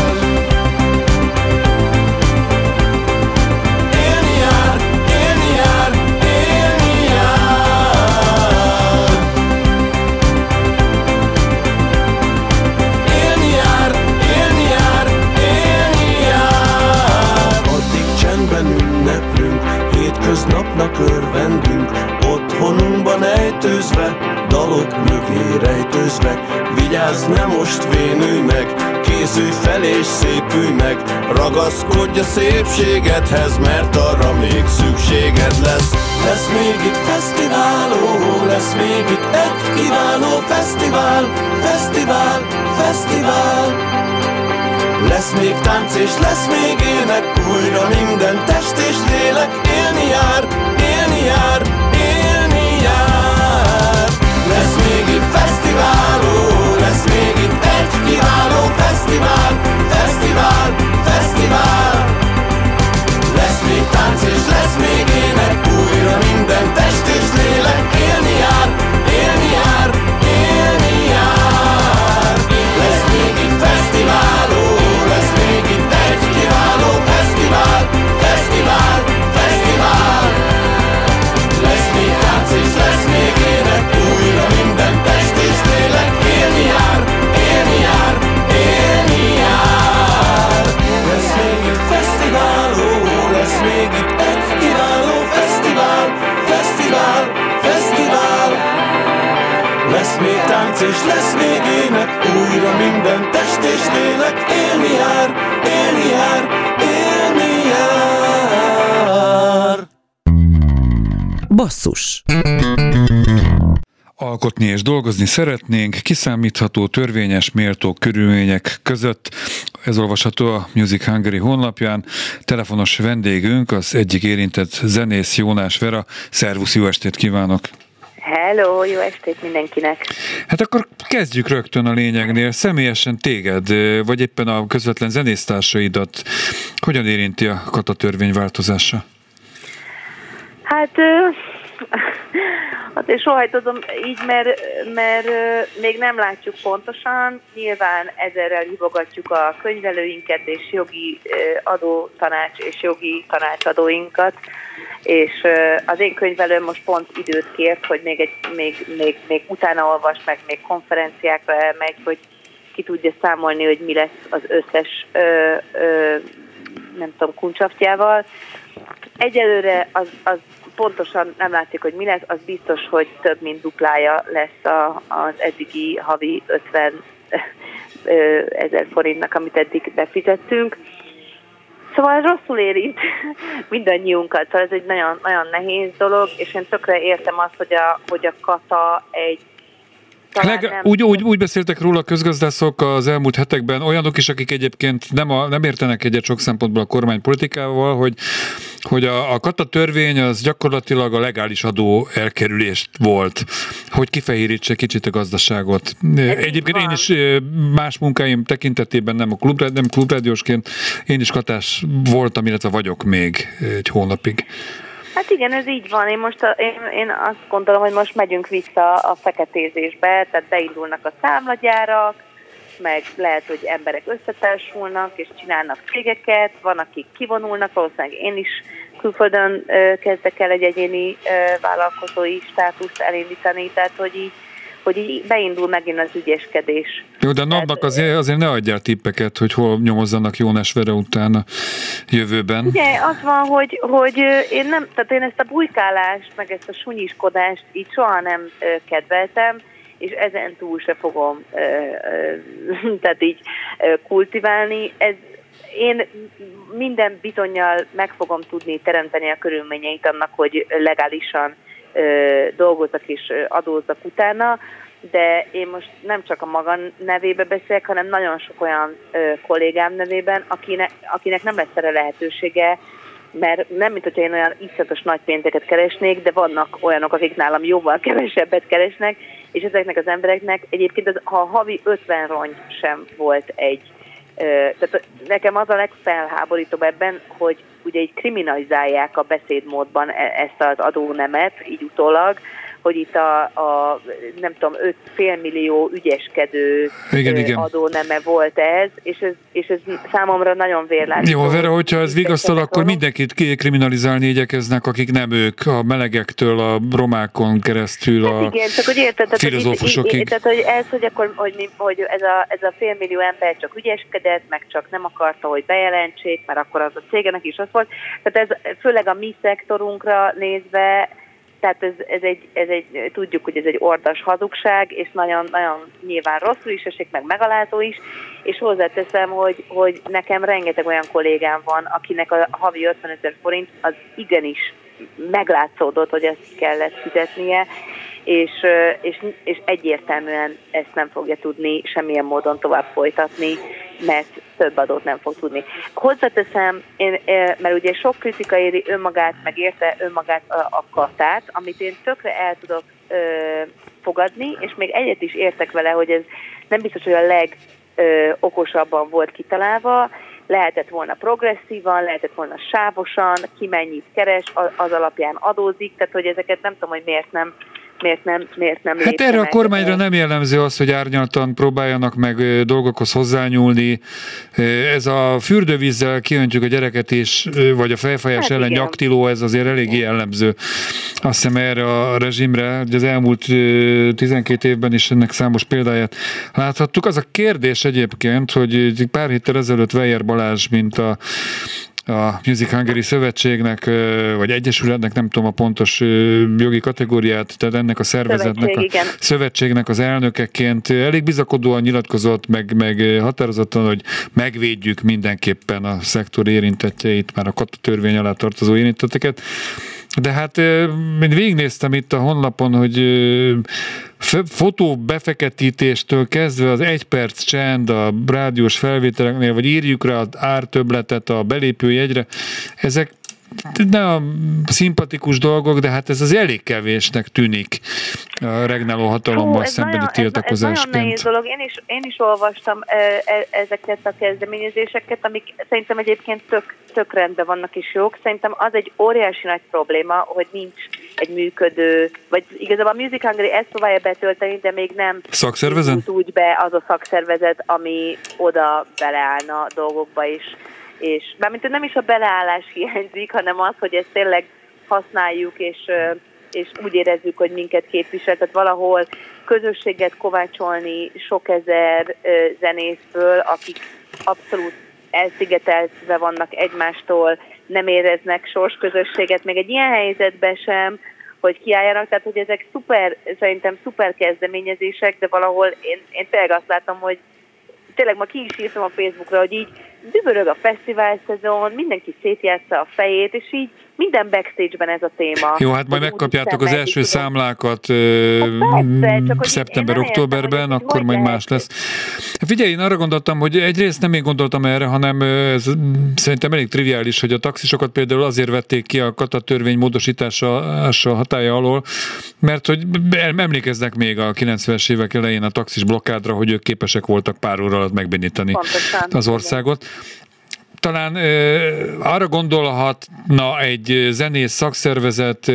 Élni jár, élni jár, élni jár. Élni jár, élni jár, élni jár. Addig csendben ünneplünk, hétköznapnak örvendünk, otthonunkban ejtőzve, dalok mögé rejtőzve. Vigyázz, ne most vénülj meg, készülj fel és szépülj meg. Ragaszkodj a szépségedhez, mert arra még szükséged lesz. Lesz még itt fesztivál, lesz még itt egy kiváló fesztivál. Fesztivál, fesztivál. Lesz még tánc és lesz még ének, újra minden test és lélek. Élni jár, élni jár, élni jár. Lesz még itt fesztivál, lesz még itt egy kiváló fesztivál. Fesztivál, fesztivál. Lesz még tánc és lesz még ének, újra minden test és lélek. Élni jár, élni jár, élni jár. Lesz szívem, test és lélek, élni jár, élni jár, élni jár. Basszus. Alkotni és dolgozni szeretnénk, kiszámítható, törvényes, méltó körülmények között. Ez olvasható a Music Hungary honlapján. Telefonos vendégünk az egyik érintett zenész, Jónás Vera. Szervusz, jó estét kívánok! Hello, jó estét mindenkinek! Hát akkor kezdjük rögtön a lényegnél. Személyesen téged, vagy éppen a közvetlen zenésztársaidat hogyan érinti a kata törvény változása? Hát én soha tudom így, mert még nem látjuk pontosan. Nyilván ezerrel hívogatjuk a könyvelőinket és jogi adótanács és jogi tanácsadóinkat, és az én könyvelőm most pont időt kért, hogy még utána olvas, meg még konferenciákra elmegy, hogy ki tudja számolni, hogy mi lesz az összes nem tudom, kuncsafjával. Egyelőre az pontosan nem látszik, hogy mi lesz, az biztos, hogy több mint duplája lesz az eddigi havi 50 000 forintnak, amit eddig befizettünk. Szóval rosszul érint mindannyiunkat, szóval ez egy nagyon, nagyon nehéz dolog, és én tökre értem azt, hogy a kata egy Úgy beszéltek róla a közgazdászok az elmúlt hetekben, olyanok is, akik egyébként nem értenek egyet sok szempontból a kormánypolitikával, hogy a kata törvény az gyakorlatilag a legális adó elkerülést volt, hogy kifehérítse kicsit a gazdaságot. Egyébként én is más munkáim tekintetében nem klubrádiósként, én is katás voltam, illetve vagyok még egy hónapig. Hát igen, ez így van. Én azt gondolom, hogy most megyünk vissza a feketézésbe, tehát beindulnak a számlagyárak, meg lehet, hogy emberek összetársulnak és csinálnak cégeket, van, akik kivonulnak, valószínűleg én is külföldön kezdek el egy egyéni vállalkozói státuszt elindítani, tehát hogy így beindul megint az ügyeskedés. Jó, de napnak azért ne adjál tippeket, hogy hol nyomozzanak Jónás Vera után a jövőben. Ugye, az van, hogy én ezt a bujkálást, meg ezt a sunyiskodást így soha nem kedveltem, és ezen túl se fogom tehát így kultiválni. Én minden bizonnyal meg fogom tudni teremteni a körülményeit annak, hogy legálisan dolgozzak és adózzak utána, de én most nem csak a maga nevébe beszélek, hanem nagyon sok olyan kollégám nevében, akinek nem lesz erre lehetősége, mert nem mint hogyha én olyan iszonyatos nagy pénzeket keresnék, de vannak olyanok, akik nálam jóval kevesebbet keresnek, és ezeknek az embereknek egyébként ha havi 50 rongy sem volt tehát nekem az a legfelháborítóbb ebben, hogy ugye így kriminalizálják a beszédmódban ezt az adónemet, így utólag, hogy itt a nem tudom, 5,5 millió ügyeskedő igen. adóneme volt ez, és ez számomra nagyon vérlátszó. Jó, Vera, hogyha ez vigasztal, akkor mindenkit kriminalizálni igyekeznek, akik nem ők, a melegektől, a romákon keresztül, igen, csak hogy érted, filozófusokig. Tehát, hogy ez, hogy akkor, hogy ez a 1,5 millió ember csak ügyeskedett, meg csak nem akarta, hogy bejelentsék, mert akkor az a cégenek is az volt. Tehát ez főleg a mi szektorunkra nézve, tehát ez egy, tudjuk, hogy ez egy ordas hazugság, és nagyon, nagyon nyilván rosszul is esik, meg megalázó is, és hozzáteszem, hogy nekem rengeteg olyan kollégám van, akinek a havi 50 000 forint az igenis meglátszódott, hogy ezt kellett fizetnie, és egyértelműen ezt nem fogja tudni semmilyen módon tovább folytatni, mert több adót nem fog tudni. Hozzáteszem, mert ugye sok kritika éri önmagát, meg érte önmagát a katát, amit én tökre el tudok fogadni, és még egyet is értek vele, hogy ez nem biztos, hogy a legokosabban volt kitalálva, lehetett volna progresszívan, lehetett volna sávosan, ki mennyit keres, az alapján adózik, tehát hogy ezeket nem tudom, hogy miért nem Hát erre a kormányra nem jellemző az, hogy árnyaltan próbáljanak meg dolgokhoz hozzányúlni. Ez a fürdővízzel kiöntjük a gyereket is, vagy a fejfájás ellen nyaktiló, ez azért eléggé jellemző. Azt hiszem erre a rezsimre, hogy az elmúlt 12 évben is ennek számos példáját láthattuk. Az a kérdés egyébként, hogy pár héttel ezelőtt Weyer Balázs, mint a a Music Hungary Szövetségnek, vagy Egyesületnek, nem tudom a pontos jogi kategóriát, tehát ennek a szervezetnek, szövetségnek az elnökeként elég bizakodóan nyilatkozott, meg határozottan, hogy megvédjük mindenképpen a szektor érintettjeit, már a kata törvény alá tartozó érintetteket. De hát én végignéztem itt a honlapon, hogy fotó befeketítéstől kezdve az 1 perc csend a rádiós felvételeknél, vagy írjuk rá az ártöbbletet a belépőjegyre, ezek nem szimpatikus dolgok, de hát ez az elég kevésnek tűnik a regnáló hatalommal szembeni tiltakozásként. Ez nagyon nehéz dolog. Én is olvastam ezeket a kezdeményezéseket, amik szerintem egyébként tök rendben vannak és jók. Szerintem az egy óriási nagy probléma, hogy nincs egy működő, vagy igazából a Music Hungary ezt próbálja betölteni, de még nem szakszervezet? Úgy be az a szakszervezet, ami oda beleállna a dolgokba is. És mármint nem is a beleállás hiányzik, hanem az, hogy ezt tényleg használjuk, és úgy érezzük, hogy minket képvisel. Tehát valahol közösséget kovácsolni sok ezer zenészből, akik abszolút elszigetelve vannak egymástól, nem éreznek sorsközösséget, még egy ilyen helyzetben sem, hogy kiálljanak, tehát hogy ezek szerintem szuper kezdeményezések, de valahol én tényleg azt látom, hogy tényleg ma ki is írtam a Facebookra, hogy így dübörög a fesztivál szezon, mindenki szétjátsza a fejét, és így minden backstage-ben ez a téma. Jó, hát majd megkapjátok az első számlákat szeptember-októberben, akkor majd más lesz. Figyelj, én arra gondoltam, hogy egyrészt nem én gondoltam erre, hanem ez szerintem elég triviális, hogy a taxisokat például azért vették ki a kata törvény módosítása hatálya alól, mert hogy emlékeznek még a 90-es évek elején a taxis blokkádra, hogy ők képesek voltak pár óra alatt megbénítani az országot. Talán arra gondolhatna egy zenész szakszervezet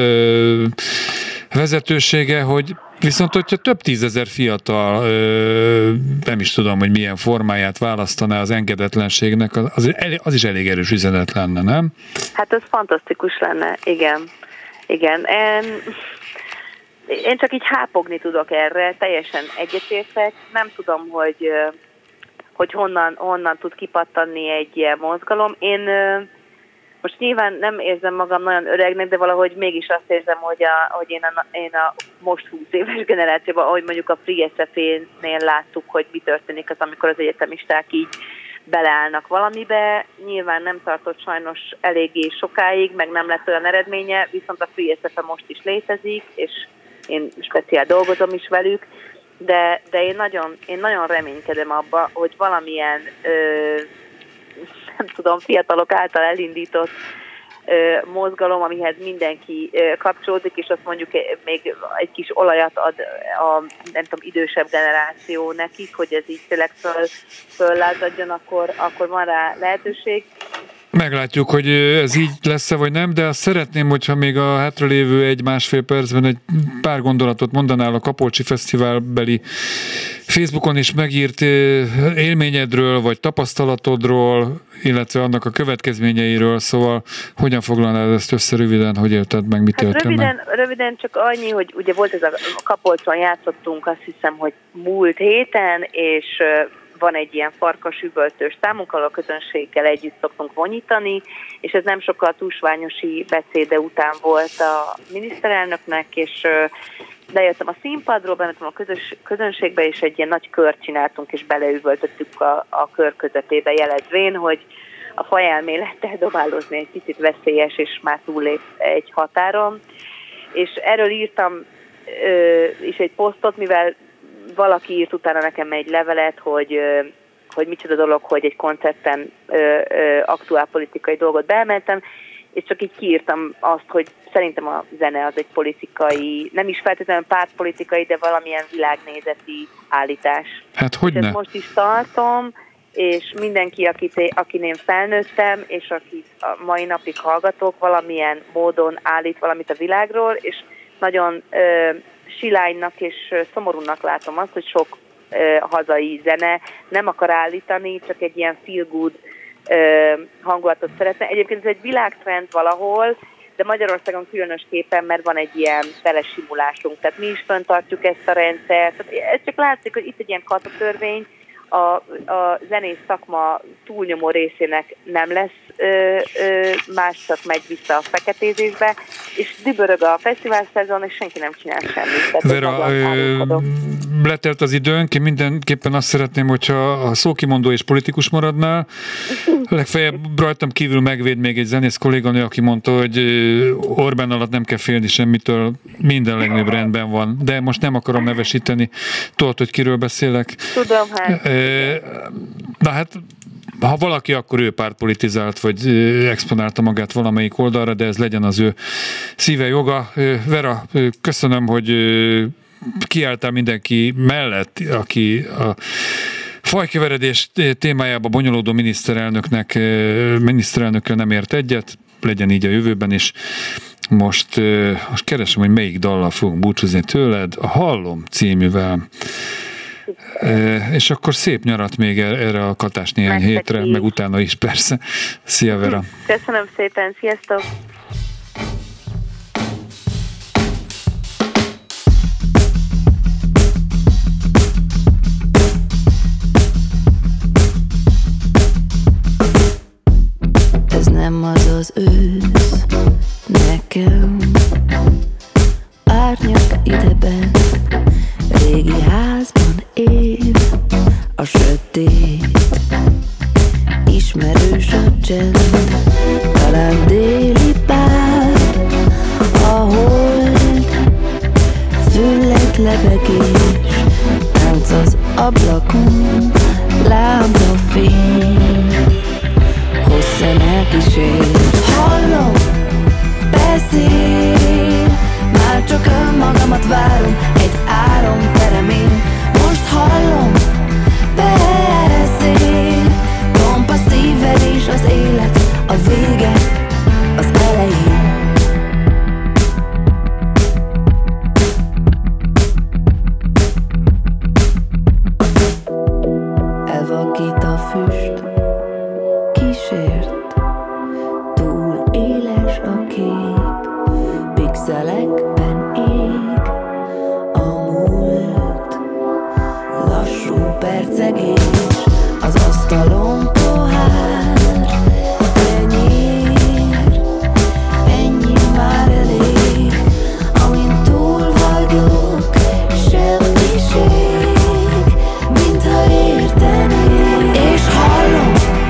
vezetősége, hogy viszont hogyha több tízezer fiatal, nem is tudom, hogy milyen formáját választaná az engedetlenségnek, az is elég erős üzenet lenne, nem? Hát ez fantasztikus lenne, igen. Én csak így hápogni tudok erre, teljesen egyetértek. Nem tudom, hogy honnan tud kipattanni egy ilyen mozgalom. Én most nyilván nem érzem magam nagyon öregnek, de valahogy mégis azt érzem, hogy én a most 20 éves generációban, ahogy mondjuk a Free SF-nél láttuk, hogy mi történik az, amikor az egyetemisták így beleállnak valamibe. Nyilván nem tartott sajnos eléggé sokáig, meg nem lett olyan eredménye, viszont a Free SF most is létezik, és én speciál dolgozom is velük, de én nagyon reménykedem abba, hogy valamilyen nem tudom, fiatalok által elindított mozgalom, amihez mindenki kapcsolódik, és azt mondjuk még egy kis olajat ad a nem tudom, idősebb generáció nekik, hogy ez így tényleg föllázadjon, akkor van rá lehetőség. Meglátjuk, hogy ez így lesz-e vagy nem, de azt szeretném, hogyha még a hátralévő 1-1,5 percben egy pár gondolatot mondanál a Kapolcsi Fesztiválbeli Facebookon is megírt élményedről, vagy tapasztalatodról, illetve annak a következményeiről, szóval hogyan foglalnád ezt össze röviden, hogy élted meg, mit élted meg? Röviden csak annyi, hogy ugye volt ez a Kapolcson játszottunk, azt hiszem, hogy múlt héten, és van egy ilyen farkasüvöltős számunk, ahol a közönséggel együtt szoktunk vonyítani, és ez nem sokkal a Tusványosi beszéde után volt a miniszterelnöknek, és lejöttem a színpadról, bementem a közönségbe, és egy ilyen nagy kört csináltunk, és beleüvöltöttük a kör közepébe, jelezvén, hogy a fajelmélettel dobálózni egy kicsit veszélyes, és már túllép egy határon. És erről írtam is egy posztot, mivel valaki írt utána nekem egy levelet, hogy micsoda dolog, hogy egy koncerten aktuálpolitikai dolgot beemeltem, és csak így kiírtam azt, hogy szerintem a zene az egy politikai, nem is feltétlenül pártpolitikai, de valamilyen világnézeti állítás. Hát hogyne? És ezt most is tartom, és mindenki, akin én felnőttem, és akit a mai napig hallgatok, valamilyen módon állít valamit a világról, és nagyon silánynak és szomorúnak látom azt, hogy sok hazai zene nem akar állítani, csak egy ilyen feel good hangulatot szeretne. Egyébként ez egy világtrend valahol, de Magyarországon különösképpen, mert van egy ilyen belesimulásunk. Tehát mi is fenntartjuk ezt a rendszert. Tehát ez csak látszik, hogy itt egy ilyen katatörvény, a zenész szakma túlnyomó részének nem lesz más, csak megy vissza a feketézésbe, és dübörög a fesztivál szezon, és senki nem csinál semmit. Vera, letelt az időnk, én mindenképpen azt szeretném, hogyha a szókimondó és politikus maradnál. Legfeljebb rajtam kívül megvéd még egy zenész kolléganő, aki mondta, hogy Orbán alatt nem kell félni semmitől, minden legnagyobb rendben van, de most nem akarom nevesíteni. Tudod, hogy kiről beszélek? Tudom, hát. Na hát, ha valaki, akkor ő pártpolitizált, vagy exponálta magát valamelyik oldalra, de ez legyen az ő szíve joga. Vera, köszönöm, hogy kiálltál mindenki mellett, aki a fajkeveredés témájába bonyolódó miniszterelnökkel nem ért egyet, legyen így a jövőben is. Most keresem, hogy melyik dallal fogunk búcsúzni tőled, a Hallom cíművel. És akkor szép nyarat még erre a Katás néhány hétre, meg utána is persze. Szia, Vera! Köszönöm szépen, sziasztok! Ez nem az az ősz nekem, árnyak ideben, régi házban él a sötét, ismerős a csend, talán déli pár, ahol füllet lebegés, tánc az ablakon, lámpa fény, hosszan elkísér. Hallom, beszél, már csak önmagamat várom egy álom teremén. Most hallom, beszél, tompa szívvel és az élet a vége az elején. Elvakít a füst, kísért, túl éles a kép, pixelekben ég a múlt, lassú percegés, az asztalon pohár, tenyér, ennyi már elég, amin túl vagyok, semmiség, mintha értenék, és hallom,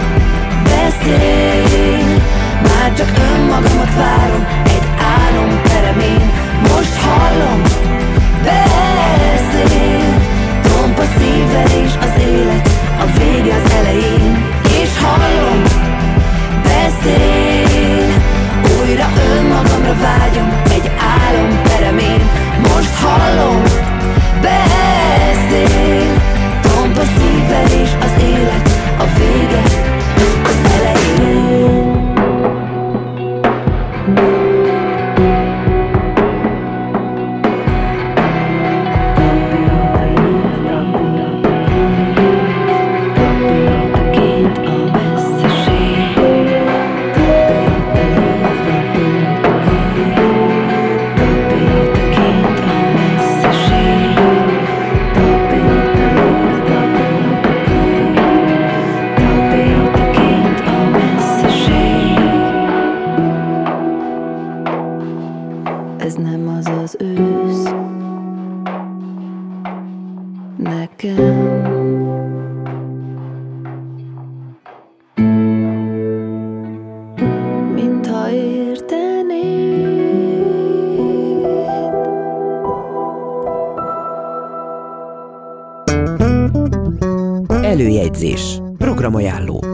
beszél, már csak önmagamat várom egy álom teremén. Most hallom, beszél, tompa szívvel és az élet a vége az elején. És hallom, beszél, újra önmagamra vágyom egy álom teremén. Most hallom, beszél, tompa szívvel és az élet a vége az elején. Ez nem az az ősz nekem. Mintha értenéd. Előjegyzés. Programajánló.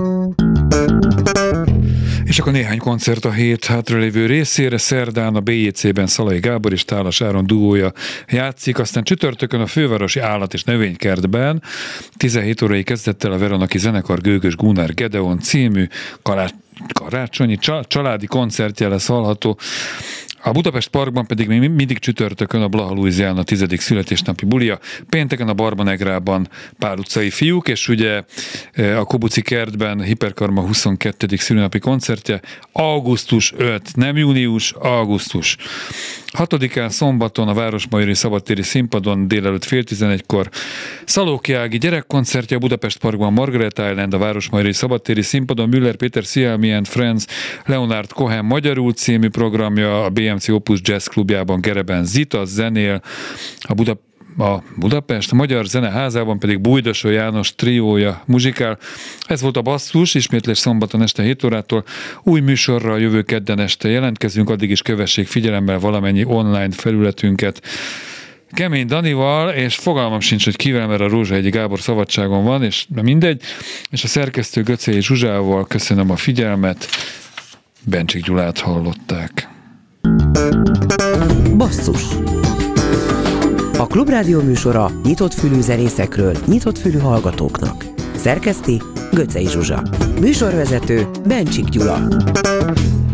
És akkor néhány koncert a hét hátralévő részére. Szerdán a BJC-ben Szalai Gábor és Tálas Áron duója játszik, aztán csütörtökön a Fővárosi Állat- és Növénykertben 17 órai kezdettel a Veronaki Zenekar Gőgös Gunnar Gedeon című karácsonyi családi koncertje lesz hallható. A Budapest Parkban pedig még mindig csütörtökön a Blaha Louisiana 10. születésnapi bulia, pénteken a Barbanegrában Pál utcai fiúk, és ugye a Kobuci kertben Hiperkarma 22. szülinapi koncertje, augusztus 5, nem június, augusztus. 6-án szombaton a Városmajori Szabadtéri Színpadon délelőtt 10:30-kor Szalóki Ági gyerekkoncertje, a Budapest Parkban Margaret Island, a Városmajori Szabadtéri Színpadon Müller Péter Sielmi and Friends Leonard Cohen magyarul című programja, a BMC Opus Jazz Klubjában Gereben Zita zenél, a Budapest Magyar Zeneházában pedig Bújdosó János triója muzsikál. Ez volt a Basszus, ismétlés szombaton este 7 órától. Új műsorral jövő kedden este jelentkezünk, addig is kövessék figyelemmel valamennyi online felületünket. Kemény Danival, és fogalmam sincs, hogy kivel, mert a Rózsahegyi Gábor szabadságon van, és mindegy, és a szerkesztő Göcei Zsuzsával köszönöm a figyelmet. Bencsik Gyulát hallották. Basszus. A Klubrádió műsora nyitott fülű zenészekről, nyitott fülű hallgatóknak. Szerkeszti Göcei Zsuzsa. Műsorvezető Bencsik Gyula.